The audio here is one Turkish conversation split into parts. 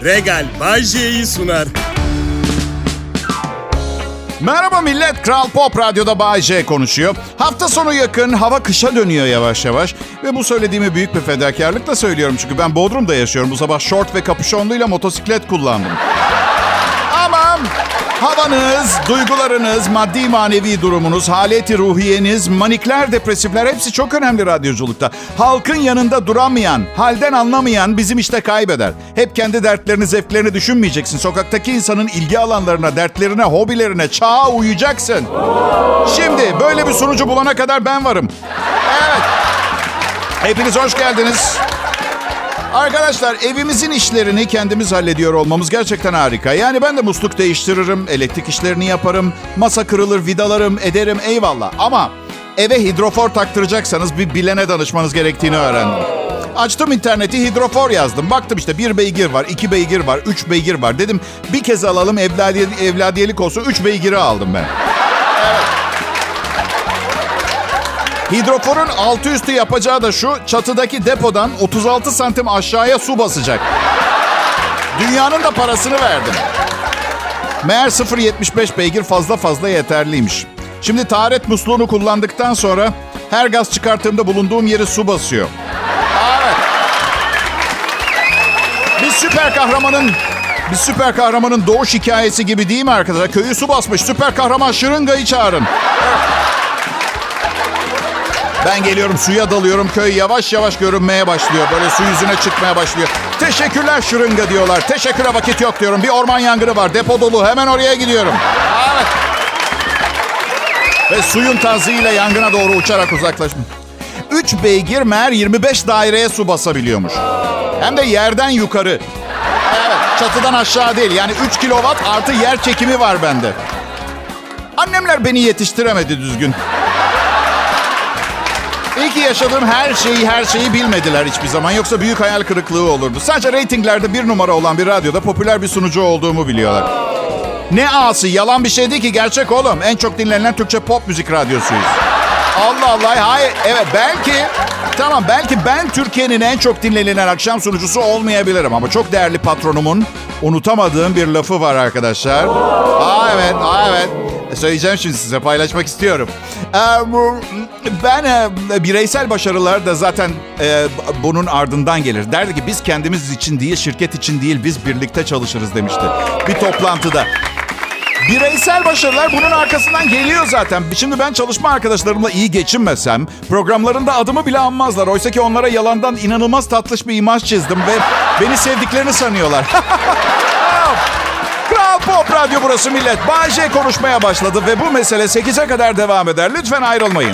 Regal Bajje'yi sunar. Merhaba millet, Kral Pop Radyo'da Bay J konuşuyor. Hafta sonu yakın, hava kışa dönüyor yavaş yavaş. Ve bu söylediğimi büyük bir fedakarlıkla söylüyorum. Çünkü ben Bodrum'da yaşıyorum. Bu sabah şort ve kapüşonluyla motosiklet kullandım. Ama havanız, duygularınız, maddi manevi durumunuz, haleti ruhiyeniz, manikler, depresifler hepsi çok önemli radyoculukta. Halkın yanında duramayan, halden anlamayan bizim işte kaybeder. Hep kendi dertlerini, zevklerini düşünmeyeceksin. Sokaktaki insanın ilgi alanlarına, dertlerine, hobilerine, çağa uyacaksın. Şimdi böyle bir sunucu bulana kadar ben varım. Evet. Hepiniz hoş geldiniz. Arkadaşlar, evimizin işlerini kendimiz hallediyor olmamız gerçekten harika. Yani ben de musluk değiştiririm, elektrik işlerini yaparım, masa kırılır, vidalarım, ederim, eyvallah. Ama eve hidrofor taktıracaksanız bir bilene danışmanız gerektiğini öğrendim. Açtım interneti, hidrofor yazdım. Baktım işte 1 beygir var, 2 beygir var, 3 beygir var. Dedim bir kez alalım, evladiyelik olsun, 3 beygiri aldım ben. Evet. Hidroforun altı üstü yapacağı da şu: çatıdaki depodan 36 santim aşağıya su basacak. Dünyanın da parasını verdim. Meğer 0.75 beygir fazla yeterliymiş. Şimdi taharet musluğunu kullandıktan sonra her gaz çıkarttığımda bulunduğum yeri su basıyor. Evet. Bir süper kahramanın doğuş hikayesi gibi değil mi arkadaşlar? Köyü su basmış. Süper kahraman şırıngayı çağırın. Ben geliyorum, suya dalıyorum. Köy yavaş yavaş görünmeye başlıyor. Böyle su yüzüne çıkmaya başlıyor. Teşekkürler şırınga diyorlar. Teşekküre vakit yok diyorum. Bir orman yangını var. Depo dolu. Hemen oraya gidiyorum. Evet. Ve suyun tazığıyla yangına doğru uçarak uzaklaşmış. 3 beygir meğer 25 daireye su basabiliyormuş. Hem de yerden yukarı. Evet, çatıdan aşağı değil. Yani 3 kilowatt artı yer çekimi var bende. Annemler beni yetiştiremedi düzgün. İyi ki yaşadığım her şeyi bilmediler hiçbir zaman. Yoksa büyük hayal kırıklığı olurdu. Sadece reytinglerde 1 numara olan bir radyoda popüler bir sunucu olduğumu biliyorlar. Ne ağası, yalan bir şey değil ki, gerçek oğlum. En çok dinlenen Türkçe pop müzik radyosuyuz. Allah Allah, hayır, evet belki ben Türkiye'nin en çok dinlenen akşam sunucusu olmayabilirim. Ama çok değerli patronumun unutamadığım bir lafı var arkadaşlar. Evet. Söyleyeceğim şimdi, size paylaşmak istiyorum. Ben bireysel başarılar da zaten bunun ardından gelir. Derdi ki biz kendimiz için değil, şirket için değil, biz birlikte çalışırız demişti bir toplantıda. Bireysel başarılar bunun arkasından geliyor zaten. Şimdi ben çalışma arkadaşlarımla iyi geçinmesem programlarında adımı bile anmazlar. Oysa ki onlara yalandan inanılmaz tatlış bir imaj çizdim ve beni sevdiklerini sanıyorlar. Kral Pop Radyo burası millet. Bay J konuşmaya başladı ve bu mesele 8'e kadar devam eder. Lütfen ayrılmayın.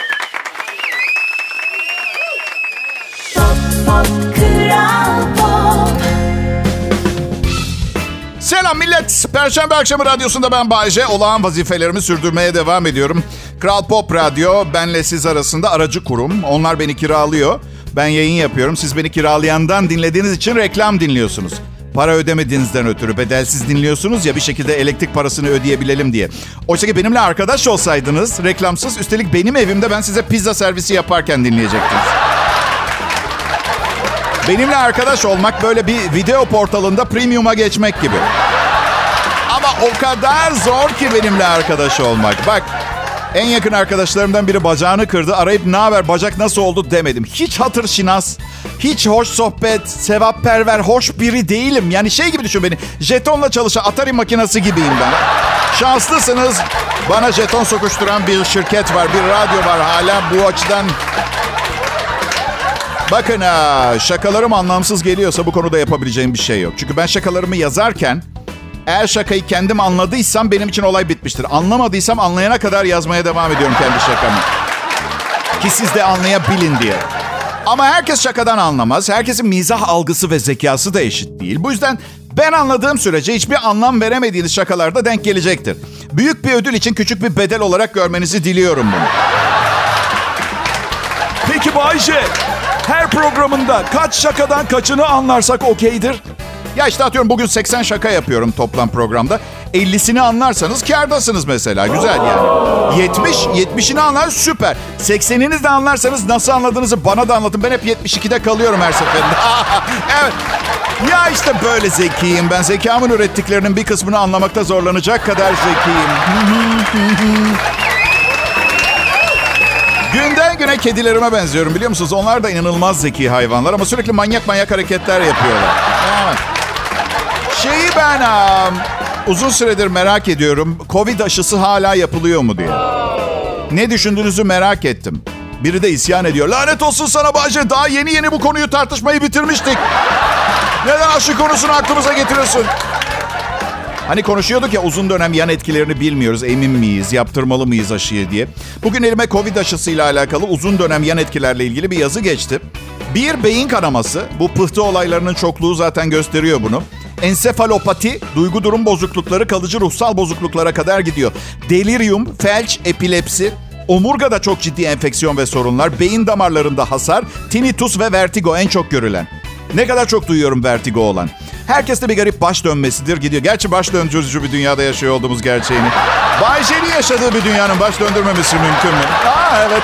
Selam millet. Perşembe akşamı radyosunda ben Bay J. Olağan vazifelerimi sürdürmeye devam ediyorum. Kral Pop Radyo benle siz arasında aracı kurum. Onlar beni kiralıyor. Ben yayın yapıyorum. Siz beni kiralayandan dinlediğiniz için reklam dinliyorsunuz. Para ödemediğinizden ötürü bedelsiz dinliyorsunuz ya, bir şekilde elektrik parasını ödeyebilelim diye. Oysa ki benimle arkadaş olsaydınız reklamsız, üstelik benim evimde ben size pizza servisi yaparken dinleyecektiniz. Benimle arkadaş olmak böyle bir video portalında premium'a geçmek gibi. Ama o kadar zor ki benimle arkadaş olmak. Bak, en yakın arkadaşlarımdan biri bacağını kırdı. Arayıp ne haber, bacak nasıl oldu demedim. Hiç hatır şinas, hiç hoş sohbet, sevapperver, hoş biri değilim. Yani şey gibi düşün beni. Jetonla çalışan Atari makinesi gibiyim ben. Şanslısınız. Bana jeton sokuşturan bir şirket var, bir radyo var hala. Bu açıdan... Bakın, şakalarım anlamsız geliyorsa bu konuda yapabileceğim bir şey yok. Çünkü ben şakalarımı yazarken eğer şakayı kendim anladıysam benim için olay bitmiştir. Anlamadıysam anlayana kadar yazmaya devam ediyorum kendi şakamı. Ki siz de anlayabilin diye. Ama herkes şakadan anlamaz. Herkesin mizah algısı ve zekası da eşit değil. Bu yüzden ben anladığım sürece hiçbir anlam veremediğiniz şakalarda denk gelecektir. Büyük bir ödül için küçük bir bedel olarak görmenizi diliyorum bunu. Peki Bay J, her programında kaç şakadan kaçını anlarsak okeydir? Ya işte atıyorum bugün 80 şaka yapıyorum toplam programda. 50'sini anlarsanız kârdasınız mesela. Güzel yani. 70'ini anlar süper. 80'ini de anlarsanız nasıl anladığınızı bana da anlatın. Ben hep 72'de kalıyorum her seferinde. Evet. Ya işte böyle zekiyim. Ben zekamın ürettiklerinin bir kısmını anlamakta zorlanacak kadar zekiyim. Günden güne kedilerime benziyorum biliyor musunuz? Onlar da inanılmaz zeki hayvanlar ama sürekli manyak hareketler yapıyorlar. Evet. Şeyi ben uzun süredir merak ediyorum. Covid aşısı hala yapılıyor mu diye. Ne düşündüğünüzü merak ettim. Biri de isyan ediyor. Lanet olsun sana Bahçe. Daha yeni bu konuyu tartışmayı bitirmiştik. Neden aşı konusunu aklımıza getiriyorsun? Hani konuşuyorduk ya uzun dönem yan etkilerini bilmiyoruz. Emin miyiz? Yaptırmalı mıyız aşıyı diye. Bugün elime Covid aşısıyla alakalı uzun dönem yan etkilerle ilgili bir yazı geçti. Bir, beyin kanaması. Bu pıhtı olaylarının çokluğu zaten gösteriyor bunu. Ensefalopati, duygu durum bozuklukları, kalıcı ruhsal bozukluklara kadar gidiyor. Delirium, felç, epilepsi, omurgada çok ciddi enfeksiyon ve sorunlar, beyin damarlarında hasar, tinnitus ve vertigo en çok görülen. Ne kadar çok duyuyorum vertigo olan. Herkeste bir garip baş dönmesidir gidiyor. Gerçi baş döndürücü bir dünyada yaşıyor olduğumuz gerçeğini. Bay J'nin yaşadığı bir dünyanın baş döndürmemesi mümkün mü? Evet.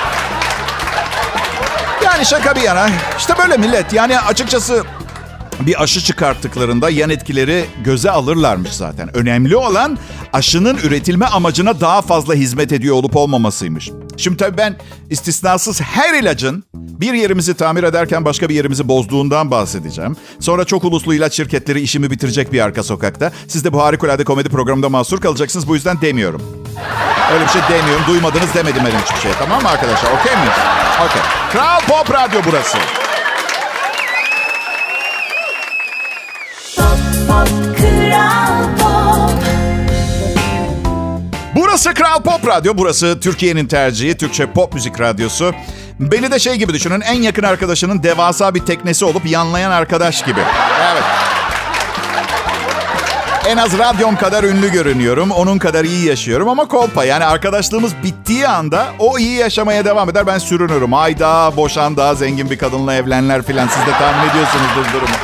Yani şaka bir yana. İşte böyle millet. Yani açıkçası bir aşı çıkarttıklarında yan etkileri göze alırlarmış zaten. Önemli olan aşının üretilme amacına daha fazla hizmet ediyor olup olmamasıymış. Şimdi tabii ben istisnasız her ilacın bir yerimizi tamir ederken başka bir yerimizi bozduğundan bahsedeceğim. Sonra çok uluslu ilaç şirketleri işimi bitirecek bir arka sokakta. Siz de bu harikulade komedi programında mahsur kalacaksınız. Bu yüzden demiyorum. Öyle bir şey demiyorum. Duymadınız demedim benim hiçbir şey. Tamam mı arkadaşlar? Okey miyiz? Okey. Kral Pop Radyo burası. Burası Kral Pop Radyo. Burası Türkiye'nin tercihi. Türkçe pop müzik radyosu. Beni de şey gibi düşünün. En yakın arkadaşının devasa bir teknesi olup yanlayan arkadaş gibi. Evet. En az radyom kadar ünlü görünüyorum. Onun kadar iyi yaşıyorum ama kolpa. Yani arkadaşlığımız bittiği anda o iyi yaşamaya devam eder. Ben sürünürüm. Hayda boşan daha zengin bir kadınla evlenler filan. Siz de tahmin ediyorsunuzdur durumu.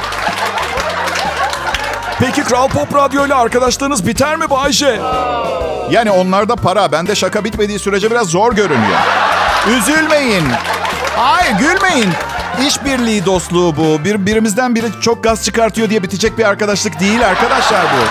Peki Kral Pop Radyo ile arkadaşlığınız biter mi Bayce? Yani onlarda para. Bende şaka bitmediği sürece biraz zor görünüyor. Üzülmeyin. Hayır gülmeyin. İşbirliği dostluğu bu. Birimizden biri çok gaz çıkartıyor diye bitecek bir arkadaşlık değil arkadaşlar bu.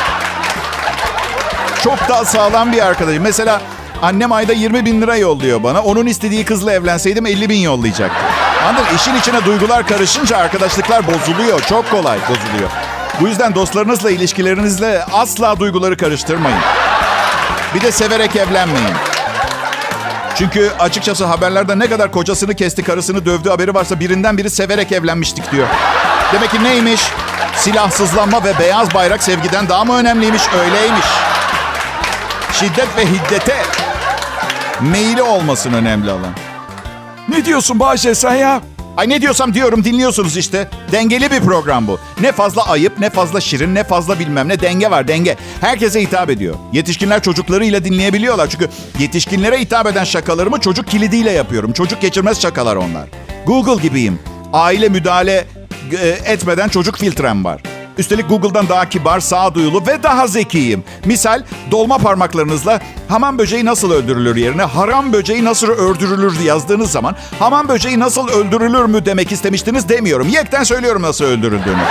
Çok daha sağlam bir arkadaşım. Mesela annem ayda 20 bin lira yolluyor bana. Onun istediği kızla evlenseydim 50 bin yollayacaktım. Anladın? İşin içine duygular karışınca arkadaşlıklar bozuluyor. Çok kolay bozuluyor. Bu yüzden dostlarınızla, ilişkilerinizle asla duyguları karıştırmayın. Bir de severek evlenmeyin. Çünkü açıkçası haberlerde ne kadar kocasını kesti, karısını dövdü haberi varsa birinden biri severek evlenmiştik diyor. Demek ki neymiş? Silahsızlanma ve beyaz bayrak sevgiden daha mı önemliymiş? Öyleymiş. Şiddet ve hiddete meyili olmasın önemli olan. Ne diyorsun Bayce sen ya? Ay ne diyorsam diyorum, dinliyorsunuz işte. Dengeli bir program bu. Ne fazla ayıp, ne fazla şirin, ne fazla bilmem ne. Denge var, denge. Herkese hitap ediyor. Yetişkinler çocuklarıyla dinleyebiliyorlar. Çünkü yetişkinlere hitap eden şakalarımı çocuk kilidiyle yapıyorum. Çocuk geçirmez şakalar onlar. Google gibiyim. Aile müdahale etmeden çocuk filtrem var. Üstelik Google'dan daha kibar, sağduyulu ve daha zekiyim. Misal dolma parmaklarınızla hamam böceği nasıl öldürülür yerine haram böceği nasıl öldürülür yazdığınız zaman hamam böceği nasıl öldürülür mü demek istemiştiniz demiyorum. Yekten söylüyorum nasıl öldürüldüğünü.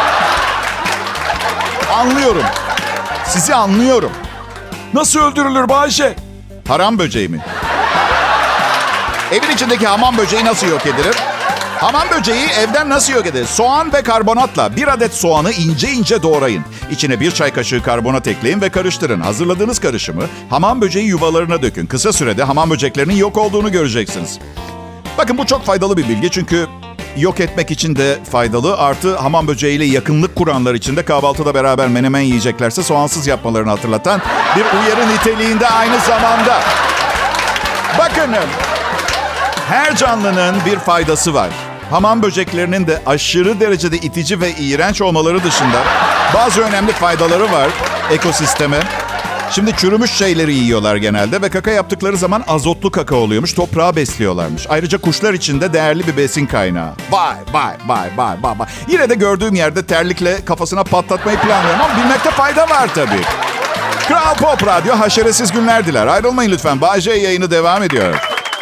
Anlıyorum. Sizi anlıyorum. Nasıl öldürülür Bayce? Haram böceği mi? Evin içindeki hamam böceği nasıl yok edilir? Hamam böceği evden nasıl yok edilir? Soğan ve karbonatla bir adet soğanı ince ince doğrayın. İçine bir çay kaşığı karbonat ekleyin ve karıştırın. Hazırladığınız karışımı hamam böceği yuvalarına dökün. Kısa sürede hamam böceklerinin yok olduğunu göreceksiniz. Bakın bu çok faydalı bir bilgi çünkü yok etmek için de faydalı. Artı hamam böceğiyle yakınlık kuranlar için de kahvaltıda beraber menemen yiyeceklerse soğansız yapmalarını hatırlatan bir uyarı niteliğinde aynı zamanda. Bakın her canlının bir faydası var. Hamam böceklerinin de aşırı derecede itici ve iğrenç olmaları dışında bazı önemli faydaları var ekosisteme. Şimdi çürümüş şeyleri yiyorlar genelde ve kaka yaptıkları zaman azotlu kaka oluyormuş. Toprağı besliyorlarmış. Ayrıca kuşlar için de değerli bir besin kaynağı. Bye. Yine de gördüğüm yerde terlikle kafasına patlatmayı planlıyorum ama bilmekte fayda var tabii. Kral Pop Radyo haşeresiz günler diler. Ayrılmayın lütfen. Bay J yayını devam ediyor.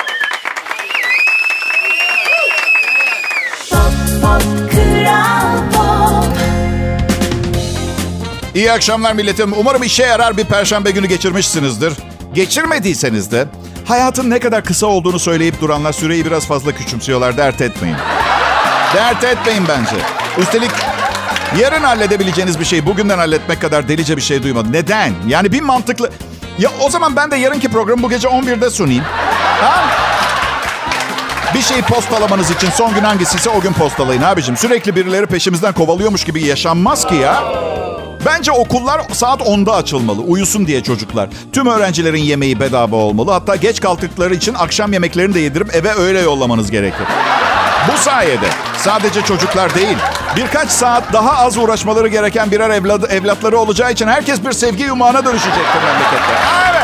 İyi akşamlar milletim. Umarım işe yarar bir perşembe günü geçirmişsinizdir. Geçirmediyseniz de hayatın ne kadar kısa olduğunu söyleyip duranlar süreyi biraz fazla küçümsüyorlar. Dert etmeyin. Dert etmeyin bence. Üstelik yarın halledebileceğiniz bir şeyi bugünden halletmek kadar delice bir şey duymadım. Neden? Yani bir mantıklı... Ya o zaman ben de yarınki programı bu gece 11'de sunayım. Ha? Bir şeyi postalamanız için son gün hangisiyse o gün postalayın abicim. Sürekli birileri peşimizden kovalıyormuş gibi yaşanmaz ki ya. Bence okullar saat 10'da açılmalı. Uyusun diye çocuklar. Tüm öğrencilerin yemeği bedava olmalı. Hatta geç kalktıkları için akşam yemeklerini de yedirip eve öyle yollamanız gerekir. Bu sayede sadece çocuklar değil, birkaç saat daha az uğraşmaları gereken birer evlatları olacağı için herkes bir sevgi yumağına dönüşecektir memlekette. Evet.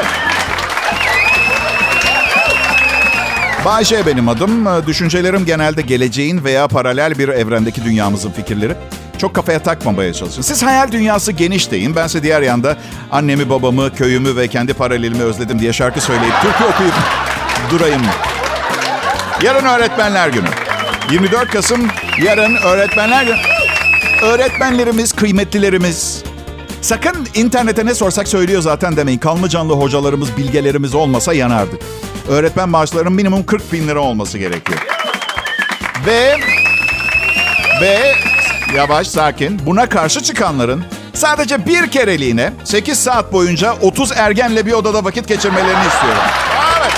Bay J benim adım. Düşüncelerim genelde geleceğin veya paralel bir evrendeki dünyamızın fikirleri. Çok kafaya takmamaya çalışın. Siz hayal dünyası geniş deyin. Bense diğer yanda annemi, babamı, köyümü ve kendi paralelimi özledim diye şarkı söyleyip türkü okuyup durayım. Yarın Öğretmenler Günü. 24 Kasım yarın Öğretmenler Günü. Öğretmenlerimiz, kıymetlilerimiz. Sakın internete ne sorsak söylüyor zaten demeyin. Kanlı canlı hocalarımız, bilgelerimiz olmasa yanardık. Öğretmen maaşlarının minimum 40 bin lira olması gerekiyor. Ve yavaş, sakin. Buna karşı çıkanların sadece bir kereliğine 8 saat boyunca 30 ergenle bir odada vakit geçirmelerini istiyorum. Evet.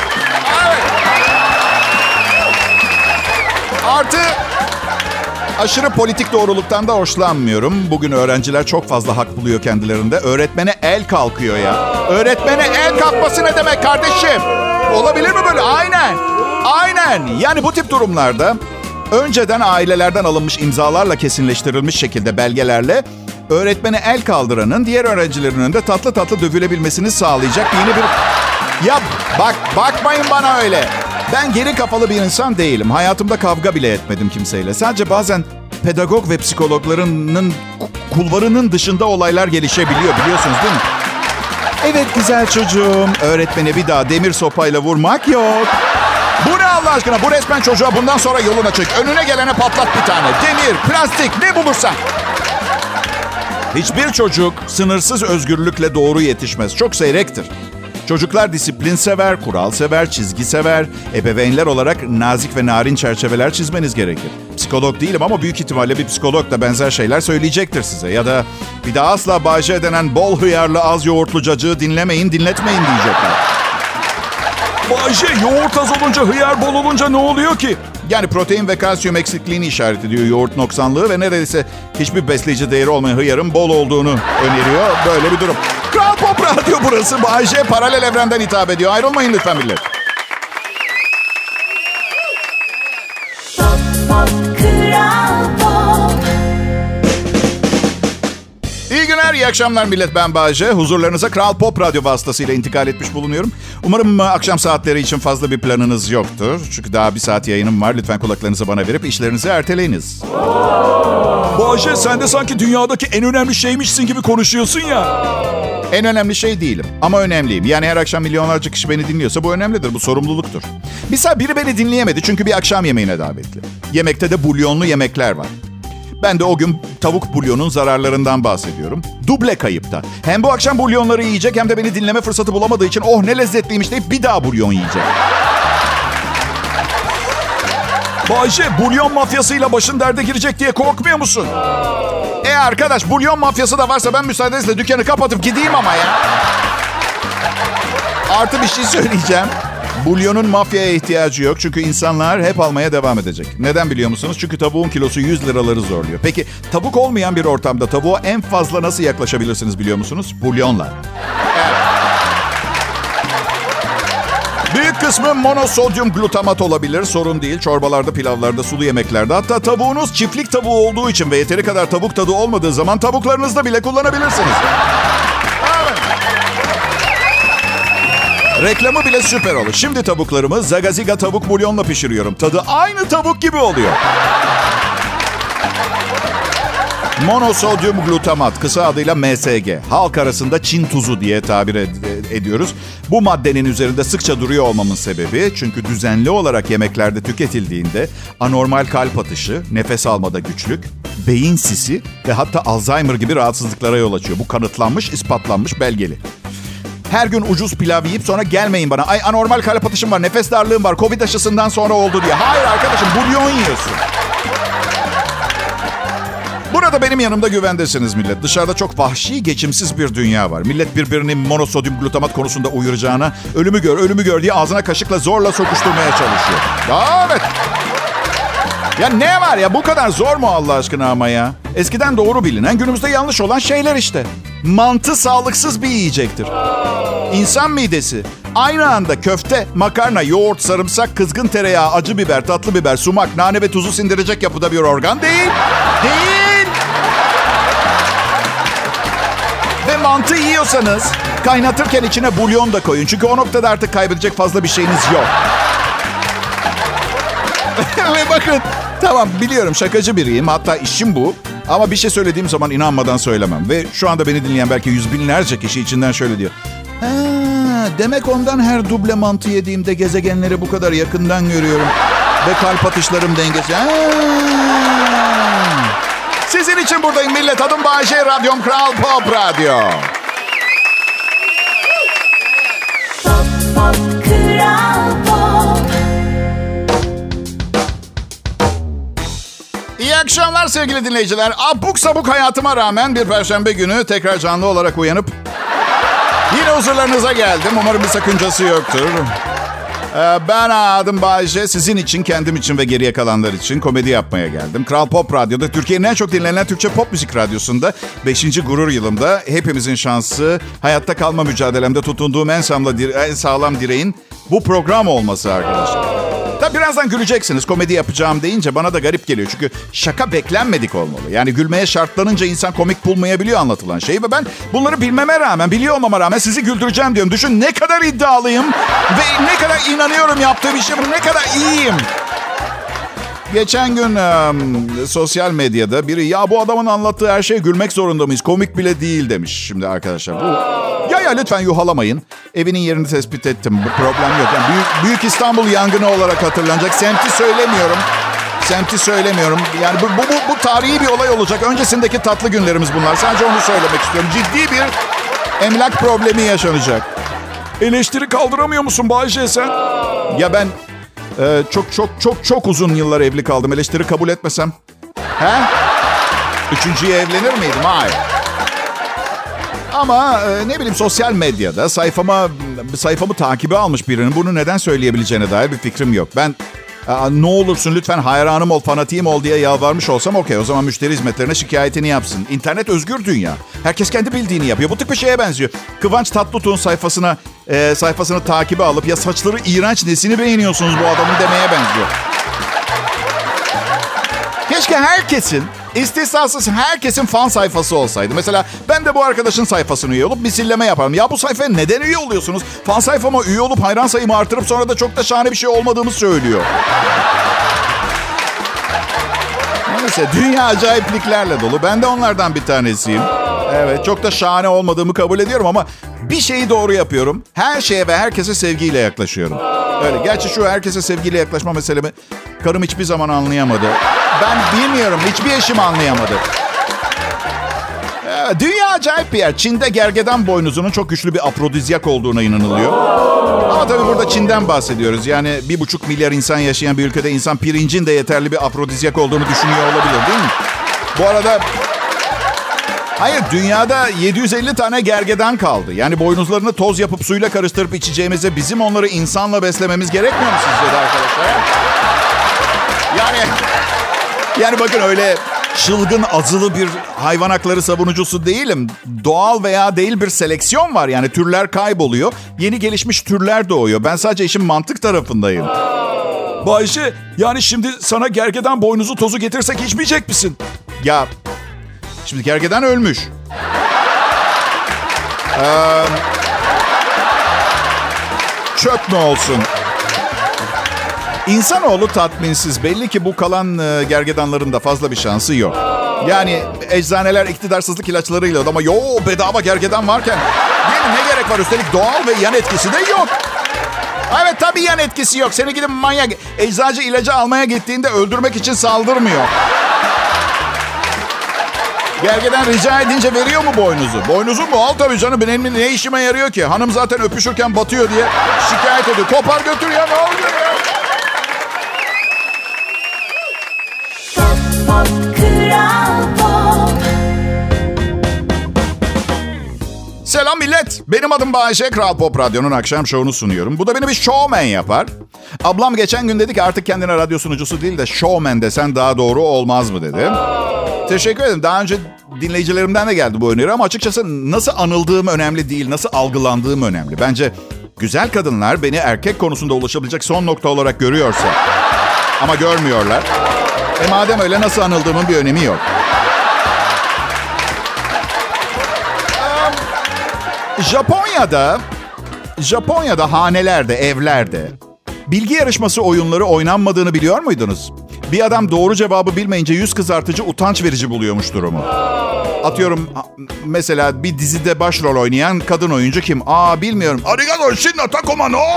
Artı aşırı politik doğruluktan da hoşlanmıyorum. Bugün öğrenciler çok fazla hak buluyor kendilerinde. Öğretmene el kalkıyor ya. Öğretmene el kalkması ne demek kardeşim? Olabilir mi böyle? Aynen. Yani bu tip durumlarda önceden ailelerden alınmış imzalarla kesinleştirilmiş şekilde belgelerle öğretmene el kaldıranın diğer öğrencilerin önünde tatlı tatlı dövülebilmesini sağlayacak yeni bir... Ya bakmayın bana öyle. Ben geri kafalı bir insan değilim. Hayatımda kavga bile etmedim kimseyle. Sadece bazen pedagog ve psikologlarının kulvarının dışında olaylar gelişebiliyor, biliyorsunuz değil mi? Evet güzel çocuğum, öğretmene bir daha demir sopayla vurmak yok. Bu ne Allah aşkına? Bu resmen çocuğa bundan sonra yolun açık. Önüne gelene patlat bir tane. Demir, plastik, ne bulursan. Hiçbir çocuk sınırsız özgürlükle doğru yetişmez. Çok seyrektir. Çocuklar disiplin sever, kural sever, çizgi sever. Ebeveynler olarak nazik ve narin çerçeveler çizmeniz gerekir. Psikolog değilim ama büyük ihtimalle bir psikolog da benzer şeyler söyleyecektir size. Ya da bir daha asla Bay J denen bol hıyarlı az yoğurtlu cacığı dinlemeyin, dinletmeyin diyecekler. Bay J, yoğurt az olunca, hıyar bol olunca ne oluyor ki? Yani protein ve kalsiyum eksikliğini işaret ediyor yoğurt noksanlığı ve neredeyse hiçbir besleyici değeri olmayan hıyarın bol olduğunu öneriyor. Böyle bir durum. Kral Pop Radyo burası. Bay J paralel evrenden hitap ediyor. Ayrılmayın lütfen millet. İyi günler, iyi akşamlar millet. Ben Bay J. Huzurlarınıza Kral Pop Radyo vasıtasıyla intikal etmiş bulunuyorum. Umarım akşam saatleri için fazla bir planınız yoktur. Çünkü daha bir saat yayınım var. Lütfen kulaklarınızı bana verip işlerinizi erteleyiniz. Bay J, sen de sanki dünyadaki en önemli şeymişsin gibi konuşuyorsun ya. En önemli şey değilim ama önemliyim. Yani her akşam milyonlarca kişi beni dinliyorsa bu önemlidir, bu sorumluluktur. Mesela biri beni dinleyemedi çünkü bir akşam yemeğine davetli. Yemekte de bulyonlu yemekler var. Ben de o gün tavuk bulyonun zararlarından bahsediyorum. Duble kayıpta. Hem bu akşam bulyonları yiyecek hem de beni dinleme fırsatı bulamadığı için oh ne lezzetliymiş deyip bir daha bulyon yiyecek. Bay J, bulyon mafyasıyla başın derde girecek diye korkmuyor musun? Arkadaş bulyon mafyası da varsa ben müsaadenizle dükkanı kapatıp gideyim ama ya. Artı bir şey söyleyeceğim. Bulyonun mafyaya ihtiyacı yok. Çünkü insanlar hep almaya devam edecek. Neden biliyor musunuz? Çünkü tavuğun kilosu 100 liraları zorluyor. Peki tavuk olmayan bir ortamda tavuğa en fazla nasıl yaklaşabilirsiniz biliyor musunuz? Bulyonla. Evet. Büyük kısmı monosodyum glutamat olabilir. Sorun değil. Çorbalarda, pilavlarda, sulu yemeklerde. Hatta tavuğunuz çiftlik tavuğu olduğu için ve yeteri kadar tavuk tadı olmadığı zaman tavuklarınızda bile kullanabilirsiniz. Evet. Reklamı bile süper olur. Şimdi tavuklarımı Zagaziga tavuk bulyonla pişiriyorum. Tadı aynı tavuk gibi oluyor. Monosodyum glutamat, kısa adıyla MSG. Halk arasında Çin tuzu diye tabir ediyoruz. Bu maddenin üzerinde sıkça duruyor olmamın sebebi, çünkü düzenli olarak yemeklerde tüketildiğinde anormal kalp atışı, nefes almada güçlük, beyin sisi ve hatta Alzheimer gibi rahatsızlıklara yol açıyor. Bu kanıtlanmış, ispatlanmış, belgeli. Her gün ucuz pilav yiyip sonra gelmeyin bana. Ay, anormal kalp atışım var, nefes darlığım var, Covid aşısından sonra oldu diye. Hayır arkadaşım, bulyon yiyorsun. Burada benim yanımda güvendesiniz millet. Dışarıda çok vahşi, geçimsiz bir dünya var. Millet birbirini monosodyum glutamat konusunda uyaracağına ölümü gör diye ağzına kaşıkla zorla sokuşturmaya çalışıyor. Evet. Ya ne var ya, bu kadar zor mu Allah aşkına ama ya? Eskiden doğru bilinen, günümüzde yanlış olan şeyler işte. Mantı sağlıksız bir yiyecektir. İnsan midesi aynı anda köfte, makarna, yoğurt, sarımsak, kızgın tereyağı, acı biber, tatlı biber, sumak, nane ve tuzu sindirecek yapıda bir organ değil. Değil. Ve mantı yiyorsanız kaynatırken içine bulyon da koyun. Çünkü o noktada artık kaybedecek fazla bir şeyiniz yok. Ve bakın, tamam biliyorum şakacı biriyim. Hatta işim bu. Ama bir şey söylediğim zaman inanmadan söylemem. Ve şu anda beni dinleyen belki yüz binlerce kişi içinden şöyle diyor. Demek ondan her duble mantı yediğimde gezegenleri bu kadar yakından görüyorum. Ve kalp atışlarım dengesi. Sizin için buradayım millet. Adım Bayece, radyom Kral Pop Radyo. Pop, pop, Kral Pop. İyi akşamlar sevgili dinleyiciler. Abuk sabuk hayatıma rağmen bir perşembe günü tekrar canlı olarak uyanıp yine huzurlarınıza geldim. Umarım bir sakıncası yoktur. Ben adım Bayece. Sizin için, kendim için ve geriye kalanlar için komedi yapmaya geldim. Kral Pop Radyo'da, Türkiye'nin en çok dinlenen Türkçe pop müzik radyosunda 5. gurur yılımda hepimizin şansı, hayatta kalma mücadelemde tutunduğum en sağlam direğin bu program olması arkadaşlar. Tabii birazdan güleceksiniz. Komedi yapacağım deyince bana da garip geliyor. Çünkü şaka beklenmedik olmalı. Yani gülmeye şartlanınca insan komik bulmayabiliyor anlatılan şeyi. Ve ben bunları bilmeme rağmen, biliyor olmama rağmen sizi güldüreceğim diyorum. Düşün ne kadar iddialıyım ve ne kadar inanıyorum yaptığım işe, ne kadar iyiyim. Geçen gün sosyal medyada biri, ya bu adamın anlattığı her şeye gülmek zorunda mıyız? Komik bile değil demiş. Şimdi arkadaşlar ya lütfen yuhalamayın. Evinin yerini tespit ettim. Problem yok. Yani Büyük İstanbul yangını olarak hatırlanacak. Semti söylemiyorum. Yani bu tarihi bir olay olacak. Öncesindeki tatlı günlerimiz bunlar. Sadece onu söylemek istiyorum. Ciddi bir emlak problemi yaşanacak. Eleştiri kaldıramıyor musun Bayece sen? Ya ben çok uzun yıllar evli kaldım. Eleştiri kabul etmesem. He? Üçüncüye evlenir miydim? Hayır. Ama ne bileyim, sosyal medyada sayfamı takibe almış birinin bunu neden söyleyebileceğine dair bir fikrim yok. Ben ne olursun lütfen hayranım ol, fanatiyim ol diye yalvarmış olsam okey. O zaman müşteri hizmetlerine şikayetini yapsın. İnternet özgür dünya. Herkes kendi bildiğini yapıyor. Bu tip bir şeye benziyor. Kıvanç Tatlıtuğ'un sayfasını takibe alıp ya saçları iğrenç, nesini beğeniyorsunuz bu adamın demeye benziyor. Keşke istisnasız herkesin fan sayfası olsaydı. Mesela ben de bu arkadaşın sayfasına üye olup misilleme yaparım. Ya bu sayfaya neden üye oluyorsunuz? Fan sayfama üye olup hayran sayımı artırıp sonra da çok da şahane bir şey olmadığımı söylüyor. Neyse, dünya acayipliklerle dolu. Ben de onlardan bir tanesiyim. Evet, çok da şahane olmadığımı kabul ediyorum ama bir şeyi doğru yapıyorum. Her şeye ve herkese sevgiyle yaklaşıyorum. Öyle. Gerçi şu herkese sevgiyle yaklaşma meselemi karım hiçbir zaman anlayamadı. Ben bilmiyorum. Hiçbir eşim anlayamadı. Dünya acayip bir yer. Çin'de gergedan boynuzunun çok güçlü bir afrodizyak olduğuna inanılıyor. Ama tabii burada Çin'den bahsediyoruz. Yani 1,5 milyar insan yaşayan bir ülkede insan pirincin de yeterli bir afrodizyak olduğunu düşünüyor olabilir değil mi? Bu arada... Hayır, dünyada 750 tane gergedan kaldı. Yani boynuzlarını toz yapıp suyla karıştırıp içeceğimize bizim onları insanla beslememiz gerekmiyor mu sizce de arkadaşlar? Yani bakın, öyle çılgın azılı bir hayvan hakları savunucusu değilim. Doğal veya değil bir seleksiyon var. Yani türler kayboluyor. Yeni gelişmiş türler doğuyor. Ben sadece işin mantık tarafındayım. Bayece, yani şimdi sana gergedan boynuzu tozu getirsek içmeyecek misin? Ya... Şimdi gergedan ölmüş. çöp mü olsun? İnsanoğlu tatminsiz. Belli ki bu kalan gergedanların da fazla bir şansı yok. Yani eczaneler iktidarsızlık ilaçlarıyla ama bedava gergedan varken yani ne gerek var? Üstelik doğal ve yan etkisi de yok. Evet tabii yan etkisi yok. Seni gidip manyak eczacı ilacı almaya gittiğinde öldürmek için saldırmıyor. Gergedan rica edince veriyor mu boynuzu? Boynuzu mu? Al tabii canım. Benim ne işime yarıyor ki? Hanım zaten öpüşürken batıyor diye şikayet ediyor. Kopar götür ya, ne oluyor ya? Selam millet. Benim adım Bayşe. Kral Pop Radyo'nun akşam şovunu sunuyorum. Bu da beni bir showman yapar. Ablam geçen gün dedi ki artık kendine radyo sunucusu değil de showman desen daha doğru olmaz mı dedi. Teşekkür ederim. Daha önce dinleyicilerimden de geldi bu öneri ama açıkçası nasıl anıldığım önemli değil, nasıl algılandığım önemli. Bence güzel kadınlar beni erkek konusunda ulaşabilecek son nokta olarak görüyorsa ama görmüyorlar. Madem öyle nasıl anıldığımın bir önemi yok. Japonya'da hanelerde, evlerde bilgi yarışması oyunları oynanmadığını biliyor muydunuz? Bir adam doğru cevabı bilmeyince yüz kızartıcı, utanç verici buluyormuş durumu. Atıyorum mesela bir dizide başrol oynayan kadın oyuncu kim? Bilmiyorum. Arigato shinna takuma no.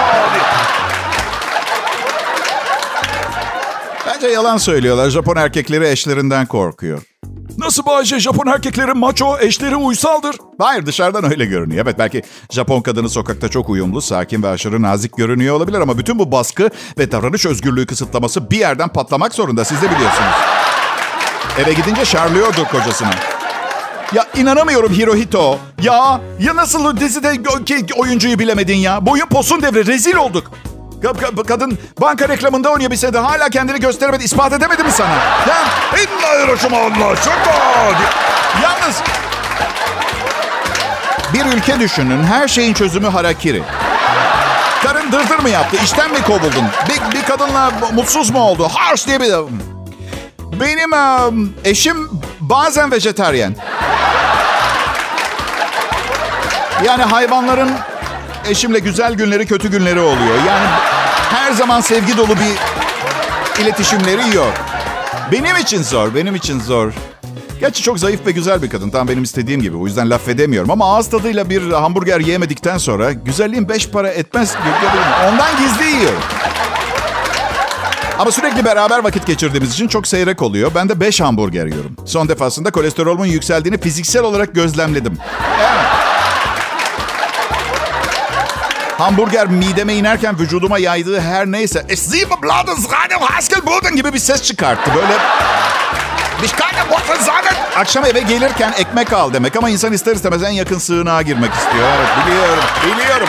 Bence yalan söylüyorlar. Japon erkekleri eşlerinden korkuyor. Nasıl Bayşe? Japon erkekleri maço, eşleri uysaldır. Hayır, dışarıdan öyle görünüyor. Evet, belki Japon kadını sokakta çok uyumlu, sakin ve aşırı nazik görünüyor olabilir ama bütün bu baskı ve davranış özgürlüğü kısıtlaması bir yerden patlamak zorunda. Siz de biliyorsunuz. Eve gidince şarlıyordur kocasına. Ya inanamıyorum Hirohito. Ya nasıl dizide oyuncuyu bilemedin ya? Boyun posun devri, rezil olduk. Kadın banka reklamında oynayabilse de hala kendini gösteremedi, ispat edemedi mi sana? Yalnız bir ülke düşünün, her şeyin çözümü harakiri. Karın dırdır mı yaptı, işten mi kovuldun? Bir kadınla mutsuz mu oldu? Harsh diye bir... Benim eşim bazen vejetaryen. Yani hayvanların eşimle güzel günleri, kötü günleri oluyor. Yani her zaman sevgi dolu bir iletişimleri yok. Benim için zor. Gerçi çok zayıf ve güzel bir kadın. Tam benim istediğim gibi. O yüzden laf edemiyorum. Ama ağız tadıyla bir hamburger yiyemedikten sonra güzelliğin 5 para etmez. Ondan gizli yiyorum. Ama sürekli beraber vakit geçirdiğimiz için çok seyrek oluyor. Ben de 5 hamburger yiyorum. Son defasında kolesterolümün yükseldiğini fiziksel olarak gözlemledim. Evet. Hamburger mideme inerken vücuduma yaydığı her neyse gibi bir ses çıkarttı. Böyle akşam eve gelirken ekmek al demek ama insan ister istemez en yakın sığınağa girmek istiyor. Evet, biliyorum.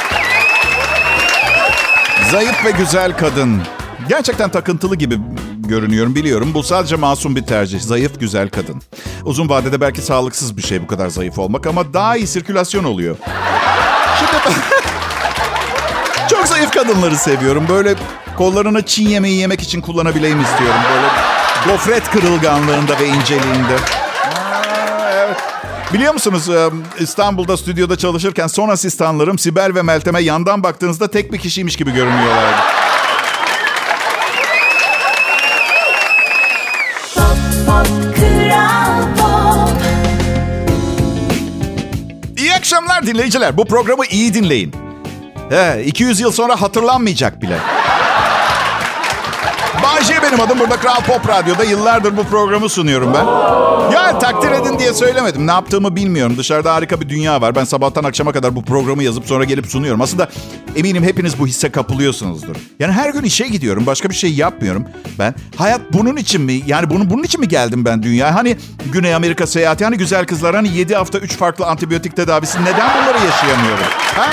Zayıf ve güzel kadın. Gerçekten takıntılı gibi görünüyorum, biliyorum. Bu sadece masum bir tercih. Zayıf, güzel kadın. Uzun vadede belki sağlıksız bir şey bu kadar zayıf olmak ama daha iyi sirkülasyon oluyor. Şimdi çok zayıf kadınları seviyorum. Böyle kollarını Çin yemeği yemek için kullanabileyim istiyorum. Böyle gofret kırılganlığında ve inceliğinde. Evet. Biliyor musunuz İstanbul'da stüdyoda çalışırken son asistanlarım Sibel ve Meltem'e yandan baktığınızda tek bir kişiymiş gibi görünüyorlardı. İyi akşamlar dinleyiciler. Bu programı iyi dinleyin. 200 yıl sonra hatırlanmayacak bile. Bayşe benim adım. Burada Kral Pop Radyo'da yıllardır bu programı sunuyorum ben. Yani takdir edin diye söylemedim. Ne yaptığımı bilmiyorum. Dışarıda harika bir dünya var. Ben sabahtan akşama kadar bu programı yazıp sonra gelip sunuyorum. Aslında eminim hepiniz bu hisse kapılıyorsunuzdur. Yani her gün işe gidiyorum. Başka bir şey yapmıyorum. Ben hayat bunun için mi? Yani bunun için mi geldim ben dünyaya? Hani Güney Amerika seyahati, hani güzel kızlar, hani 7 hafta 3 farklı antibiyotik tedavisi. Neden bunları yaşayamıyorum? Ha?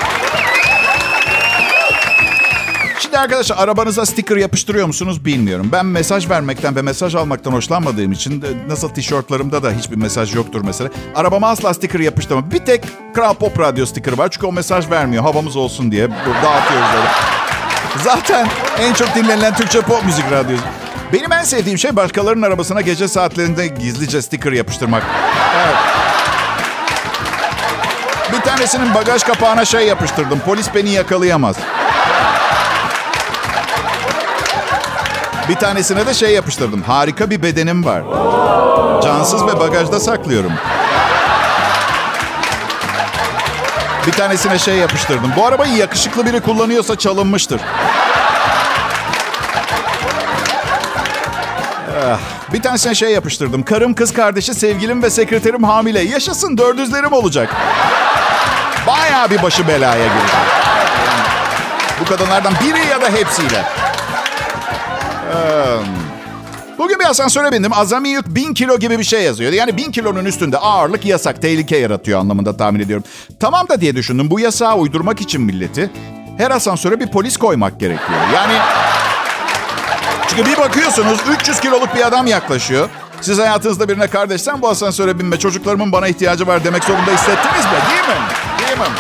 Şimdi arkadaşlar, arabanıza sticker yapıştırıyor musunuz bilmiyorum. Ben mesaj vermekten ve mesaj almaktan hoşlanmadığım için nasıl tişörtlerimde de hiçbir mesaj yoktur mesela. Arabama asla sticker yapıştırmam. Bir tek Kral Pop Radyo sticker'ı var çünkü o mesaj vermiyor. Havamız olsun diye dağıtıyoruz öyle. Zaten en çok dinlenilen Türkçe pop müzik radyosu. Benim en sevdiğim şey başkalarının arabasına gece saatlerinde gizlice sticker yapıştırmak. Evet. bir tanesinin bagaj kapağına şey yapıştırdım. Polis beni yakalayamaz. Bir tanesine de şey yapıştırdım. Harika bir bedenim var. Cansız ve bagajda saklıyorum. Bir tanesine şey yapıştırdım. Bu arabayı yakışıklı biri kullanıyorsa çalınmıştır. Bir tanesine şey yapıştırdım. Karım, kız kardeşi, sevgilim ve sekreterim hamile. Yaşasın, 400'lerim olacak. Bayağı bir başı belaya girecek. Bu kadınlardan biri ya da hepsiyle. Bugün bir asansöre bindim. Azami yük 1000 kilo gibi bir şey yazıyordu. Yani 1000 kilonun üstünde ağırlık yasak, tehlike yaratıyor anlamında tahmin ediyorum. Tamam da diye düşündüm. Bu yasağı uydurmak için milleti her asansöre bir polis koymak gerekiyor. Yani çünkü bir bakıyorsunuz 300 kiloluk bir adam yaklaşıyor. Siz hayatınızda birine kardeşsen bu asansöre binme, çocuklarımın bana ihtiyacı var demek zorunda hissettiniz mi? Değil mi? Değil mi?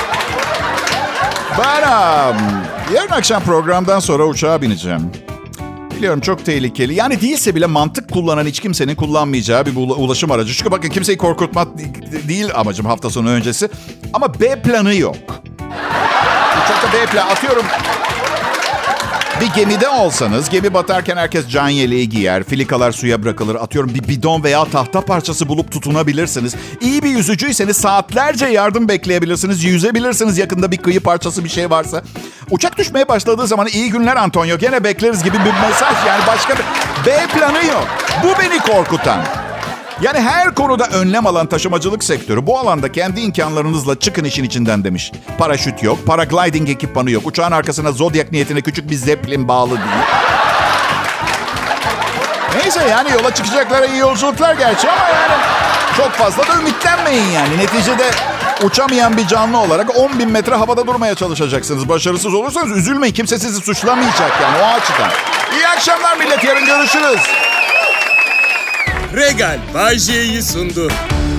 Ben yarın akşam programdan sonra uçağa bineceğim. Biliyorum çok tehlikeli. Yani değilse bile mantık kullanan hiç kimsenin kullanmayacağı bir ulaşım aracı. Çünkü bakın kimseyi korkutmak değil amacım hafta sonu öncesi. Ama B planı yok. Uçakta B planı atıyorum. Bir gemide olsanız, gemi batarken herkes can yeleği giyer, filikalar suya bırakılır. Atıyorum bir bidon veya tahta parçası bulup tutunabilirsiniz. İyi bir yüzücüyseniz saatlerce yardım bekleyebilirsiniz, yüzebilirsiniz yakında bir kıyı parçası bir şey varsa. Uçak düşmeye başladığı zaman iyi günler Antonio, gene bekleriz gibi bir mesaj. Yani başka bir B planı yok. Bu beni korkutan. Yani her konuda önlem alan taşımacılık sektörü bu alanda kendi imkanlarınızla çıkın işin içinden demiş. Paraşüt yok, paragliding ekipmanı yok. Uçağın arkasına Zodiac niyetine küçük bir zeplin bağlı değil. Neyse yani yola çıkacaklara iyi yolculuklar gerçi ama yani çok fazla da ümitlenmeyin yani. Neticede uçamayan bir canlı olarak 10.000 metre havada durmaya çalışacaksınız. Başarısız olursanız üzülmeyin. Kimse sizi suçlamayacak yani o açıdan. İyi akşamlar millet, yarın görüşürüz. Regal Bay J'yi sundu.